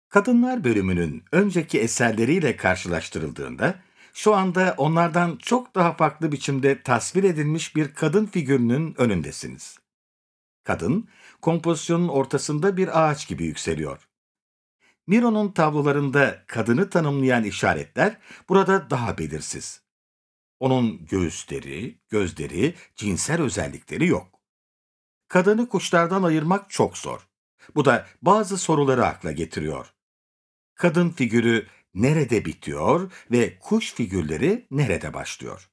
Kadınlar bölümünün önceki eserleriyle karşılaştırıldığında, şu anda onlardan çok daha farklı biçimde tasvir edilmiş bir kadın figürünün önündesiniz. Kadın, kompozisyonun ortasında bir ağaç gibi yükseliyor. Miro'nun tablolarında kadını tanımlayan işaretler burada daha belirsiz. Onun göğüsleri, gözleri, cinsel özellikleri yok. Kadını kuşlardan ayırmak çok zor. Bu da bazı soruları akla getiriyor. Kadın figürü nerede bitiyor ve kuş figürleri nerede başlıyor?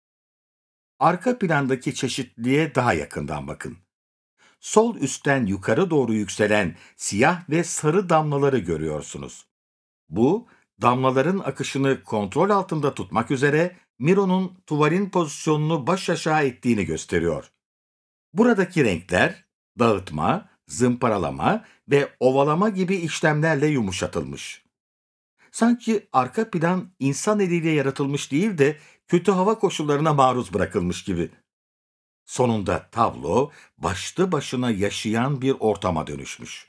Arka plandaki çeşitliliğe daha yakından bakın. Sol üstten yukarı doğru yükselen siyah ve sarı damlaları görüyorsunuz. Bu, damlaların akışını kontrol altında tutmak üzere Miro'nun tuvalin pozisyonunu baş aşağı ettiğini gösteriyor. Buradaki renkler, dağıtma, zımparalama ve ovalama gibi işlemlerle yumuşatılmış. Sanki arka plan insan eliyle yaratılmış değil de kötü hava koşullarına maruz bırakılmış gibi. Sonunda tablo başlı başına yaşayan bir ortama dönüşmüş.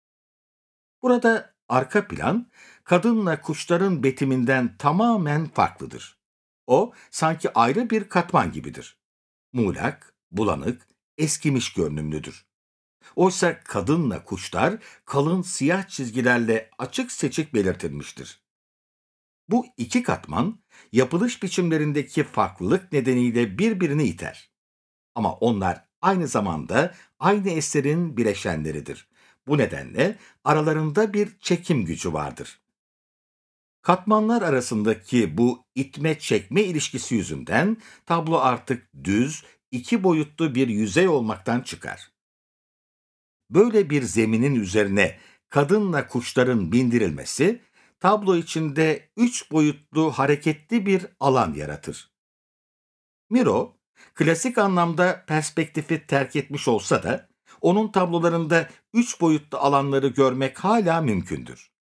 Burada arka plan kadınla kuşların betiminden tamamen farklıdır. O sanki ayrı bir katman gibidir. Muğlak, bulanık, eskimiş görünümlüdür. Oysa kadınla kuşlar kalın siyah çizgilerle açık seçik belirtilmiştir. Bu iki katman, yapılış biçimlerindeki farklılık nedeniyle birbirini iter. Ama onlar aynı zamanda aynı eserin bileşenleridir. Bu nedenle aralarında bir çekim gücü vardır. Katmanlar arasındaki bu itme çekme ilişkisi yüzünden tablo artık düz, iki boyutlu bir yüzey olmaktan çıkar. Böyle bir zeminin üzerine kadınla kuşların bindirilmesi, tablo içinde üç boyutlu hareketli bir alan yaratır. Miro, klasik anlamda perspektifi terk etmiş olsa da, onun tablolarında üç boyutlu alanları görmek hala mümkündür.